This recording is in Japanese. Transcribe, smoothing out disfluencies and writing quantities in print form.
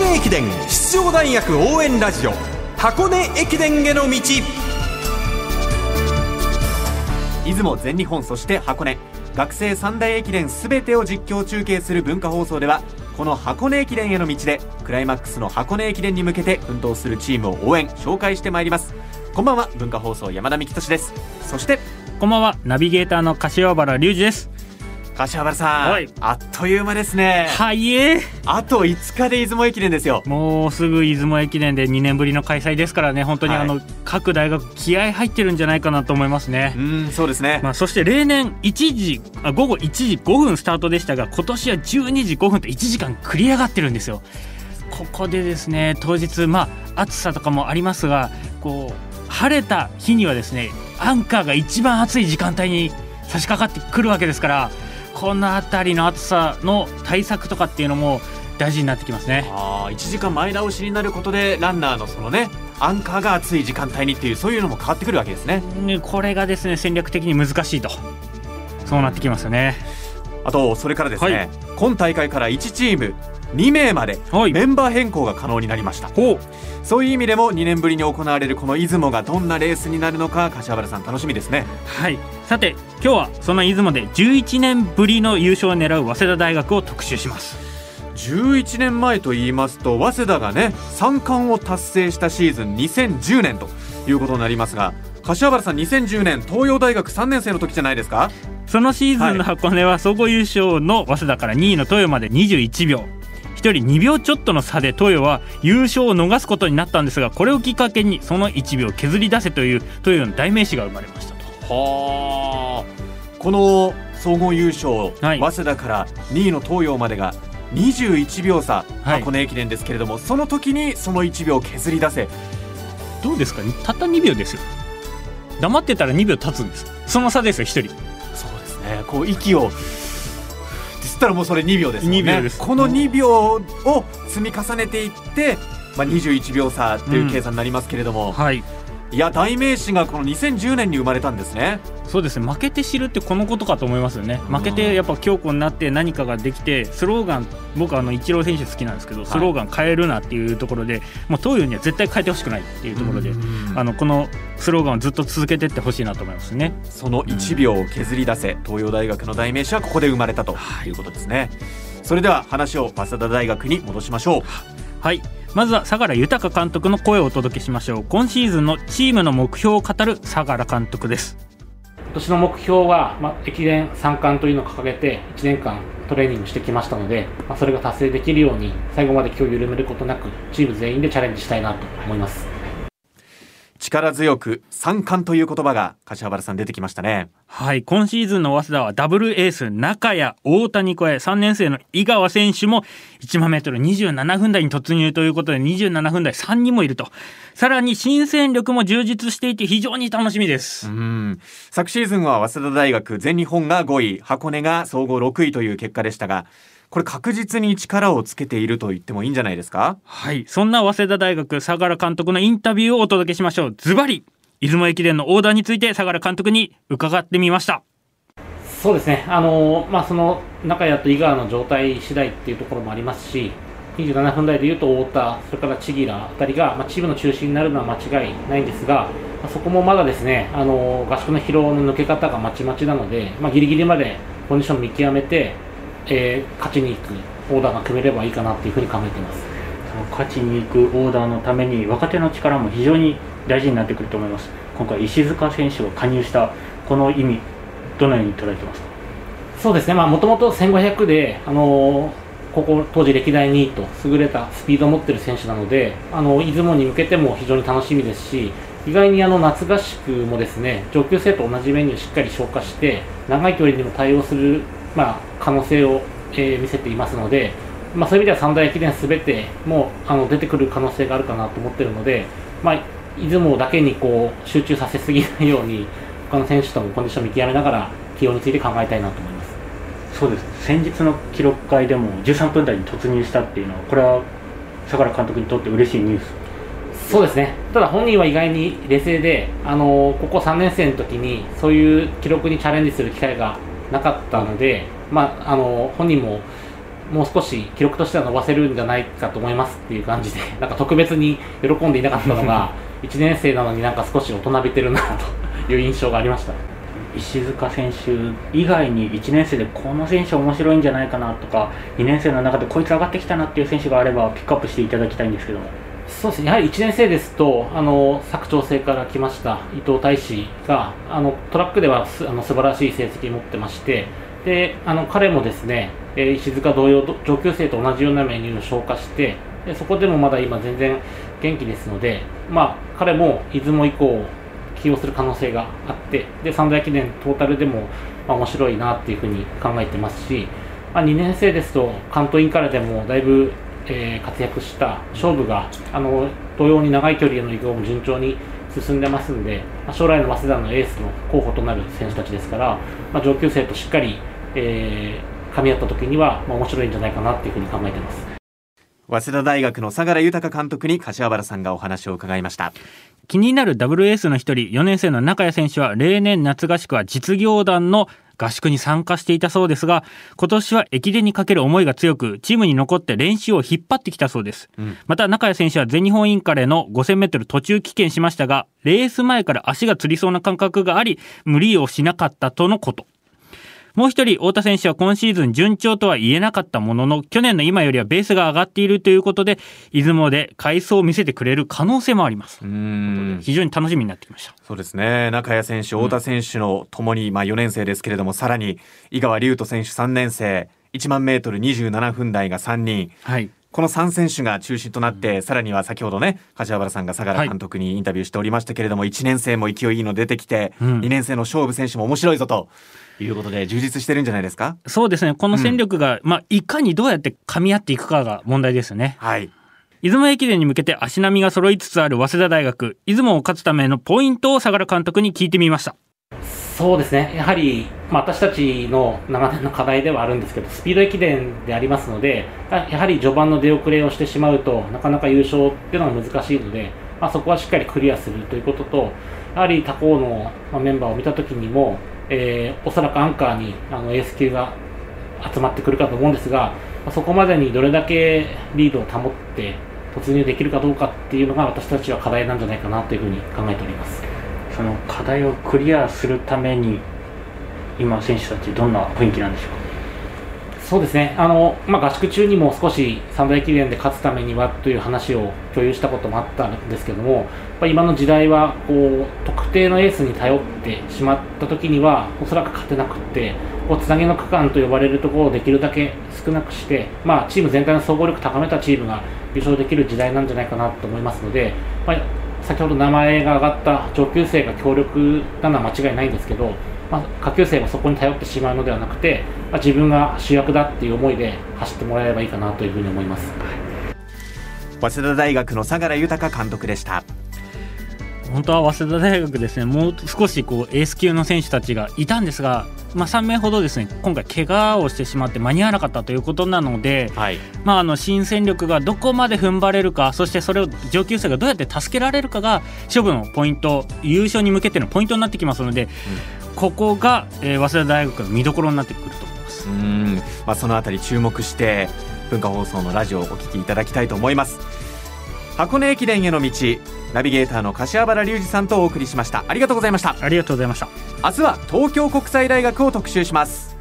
根駅伝出場大学応援ラジオ、箱根駅伝への道。 出雲、全日本、そして箱根、学生三大駅伝すべてを実況中継する文化放送では、この箱根駅伝への道でクライマックスの箱根駅伝に向けて奮闘するチームを応援紹介してまいります。こんばんは、文化放送山田美希俊です。そしてこんばんは、ナビゲーターの柏原隆二です。 柏原さん、はい、あっという間ですね。あと5日で出雲駅伝ですよ。 もうすぐ出雲駅伝で2年ぶりの開催ですからね、本当に各大学気合入ってるんじゃないかなと思いますね。 そうですね。 そして例年午後1時5分スタートでしたが、今年は12時5分と1時間繰り上がってるんですよ。ここでですね、当日暑さとかもありますが、晴れた日にはですね、アンカーが一番暑い時間帯に差し掛かってくるわけですから、この辺りの暑さの対策とかっていうのも大事になってきますね。 1時間前倒しになることでランナーのそのね、アンカーが暑い時間帯にっていう、そういうのも変わってくるわけですね。 これがですね、戦略的に難しいと、そうなってきますよね。 あとそれからですね、今大会から1チーム2名までメンバー変更が可能になりました。そういう意味でも2年ぶりに行われるこの出雲がどんなレースになるのか、柏原さん楽しみですね。 はい、さて今日はその出雲で11年ぶりの優勝を狙う早稲田大学を特集します。 11年前と言いますと、早稲田がね、3冠を達成したシーズン2010年ということになりますが、柏原さん、2010年東洋大学3年生の時じゃないですか。 そのシーズンの箱根は総合優勝の早稲田から2位の東洋まで21秒、1人2秒ちょっとの差で東洋は優勝を逃すことになったんですが、これをきっかけにその1秒削り出せという東洋の代名詞が生まれましたと。 この総合優勝、早稲田から2位の東洋までが21秒差、箱根駅伝ですけれども、その時にその1秒削り出せ。 どうですか、たった2秒ですよ。黙ってたら2秒経つんです。その差ですよ、1人。 そうですね、息をつったらもうそれ2秒ですもんね。2秒です。この2秒を積み重ねていって、21秒差という計算になりますけれども、いや、代名詞がこの2010年に生まれたんですね。 そうですね、負けて知るってこのことかと思いますよね。負けてやっぱ強固になって何かができて、スローガン、僕はイチロー選手好きなんですけど、スローガン変えるなっていうところで、もう東洋には絶対変えてほしくないっていうところで、このスローガンをずっと続けていってほしいなと思いますね。 その1秒を削り出せ、東洋大学の代名詞はここで生まれたということですね。それでは話を早稲田大学に戻しましょう。 はい、まずは相良豊監督の声をお届けしましょう。今シーズンのチームの目標を語る相良監督です。 今年の目標は、駅伝3冠というのを掲げて1年間トレーニングしてきましたので、それが達成できるように最後まで気を緩めることなくチーム全員でチャレンジしたいなと思います。 力強く3冠という言葉が柏原さん出てきましたね。 はい、今シーズンの早稲田はダブルエース中谷、太田に加え3年生の井川選手も1万メートル27分台に突入ということで27分台3人もいると。さらに新戦力も充実していて非常に楽しみです。 昨シーズンは早稲田大学全日本が5位、箱根が総合6位という結果でしたが、これ確実に力をつけていると言ってもいいんじゃないですか。 はい、そんな早稲田大学相良監督のインタビューをお届けしましょう。ズバリ出雲駅伝のオーダーについて相良監督に伺ってみました。 そうですね、その中谷と井川の状態次第っていうところもありますし、27分台でいうと太田、それから千吉良あたりが、チームの中心になるのは間違いないんですが、そこもまだですね、合宿の疲労の抜け方がまちまちなので、ギリギリまでコンディション見極めて、勝ちに行くオーダーが組めればいいかなというふうに考えています。 その勝ちに行くオーダーのために若手の力も非常に大事になってくると思います。今回石塚選手が加入したこの意味、どのように捉えてますか。 そうですね、もともと1500で、ここ当時歴代2位と優れたスピードを持っている選手なので、出雲に向けても非常に楽しみですし、意外に夏合宿もですね、上級生と同じメニューをしっかり消化して長い距離にも対応する可能性を、見せていますので、そういう意味では三大駅伝すべても出てくる可能性があるかなと思っているので、出雲だけに集中させすぎないように他の選手ともコンディション見極めながら起用について考えたいなと思います。 そうです、先日の記録会でも13分台に突入したっていうのは、これは相良監督にとって嬉しいニュース。 そうですね、ただ本人は意外に冷静で、ここ3年生の時にそういう記録にチャレンジする機会がなかったので、本人ももう少し記録としては伸ばせるんじゃないかと思いますっていう感じで、なんか特別に喜んでいなかったのが1年生なのになんか少し大人びてるなという印象がありました。 石塚選手以外に1年生でこの選手面白いんじゃないかなとか、2年生の中でこいつ上がってきたなっていう選手があればピックアップしていただきたいんですけども。 そうですね、やはり1年生ですと佐久長聖から来ました伊藤大志がトラックでは素晴らしい成績を持ってまして、で彼もですね、石塚同様上級生と同じようなメニューを消化して、でそこでもまだ今全然元気ですので、彼も出雲以降起用する可能性があって、で三大駅伝トータルでも面白いなっていうふうに考えてますし、2年生ですと関東インカレでもだいぶ活躍した勝負が同様に長い距離への移動も順調に進んでますんで、将来の早稲田のエースの候補となる選手たちですから、上級生としっかり、噛み合った時には面白いんじゃないかなっていうふうに考えてます。 早稲田大学の相良豊監督に柏原さんがお話を伺いました。 気になるダブルエースの一人、4年生の中谷選手は例年夏合宿は実業団の合宿に参加していたそうですが、今年は駅伝にかける思いが強くチームに残って練習を引っ張ってきたそうです、また中谷選手は全日本インカレの 5000m 途中棄権しましたが、レース前から足がつりそうな感覚があり無理をしなかったとのこと。もう一人、太田選手は今シーズン順調とは言えなかったものの、去年の今よりはベースが上がっているということで、出雲で快走を見せてくれる可能性もあります。非常に楽しみになってきました。 そうですね、中谷選手、太田選手のともに4年生ですけれども、さらに井川龍斗選手3年生、1万メートル27分台が3人、この3選手が中心となって、さらには先ほどね、柏原さんが相良監督にインタビューしておりましたけれども、1年生も勢いいいの出てきて、2年生の勝負選手も面白いぞということで充実してるんじゃないですか。 そうですね、この戦力が、いかにどうやって噛み合っていくかが問題ですね。出雲駅伝に向けて足並みが揃いつつある早稲田大学、出雲を勝つためのポイントを相良監督に聞いてみました。 そうですね、やはり、私たちの長年の課題ではあるんですけど、スピード駅伝でありますので、やはり序盤の出遅れをしてしまうとなかなか優勝っていうのが難しいので、そこはしっかりクリアするということと、やはり他校のメンバーを見たときにも、おそらくアンカーにエース級が集まってくるかと思うんですが、そこまでにどれだけリードを保って突入できるかどうかっていうのが私たちは課題なんじゃないかなというふうに考えております。 その課題をクリアするために今選手たちどんな雰囲気なんでしょうか。 そうですね、合宿中にも少し三大駅伝で勝つためにはという話を共有したこともあったんですけども、今の時代は特定のエースに頼ってしまった時にはおそらく勝てなくって、つなぎの区間と呼ばれるところをできるだけ少なくして、チーム全体の総合力を高めたチームが優勝できる時代なんじゃないかなと思いますので、先ほど名前が挙がった上級生が強力なのは間違いないんですけど、下級生はそこに頼ってしまうのではなくて、自分が主役だっていう思いで走ってもらえればいいかなというふうに思います。 早稲田大学の相良豊監督でした。 本当は早稲田大学ですね、もう少しエース級の選手たちがいたんですが、3名ほどですね、今回怪我をしてしまって間に合わなかったということなので、新戦力がどこまで踏ん張れるか、そしてそれを上級生がどうやって助けられるかが勝負のポイント、優勝に向けてのポイントになってきますので、ここが、早稲田大学の見どころになってくると思います。そのあたり注目して文化放送のラジオをお聞きいただきたいと思います。箱根駅伝への道、ナビゲーターの柏原隆二さんとお送りしました。ありがとうございました。 ありがとうございました。 明日は東京国際大学を特集します。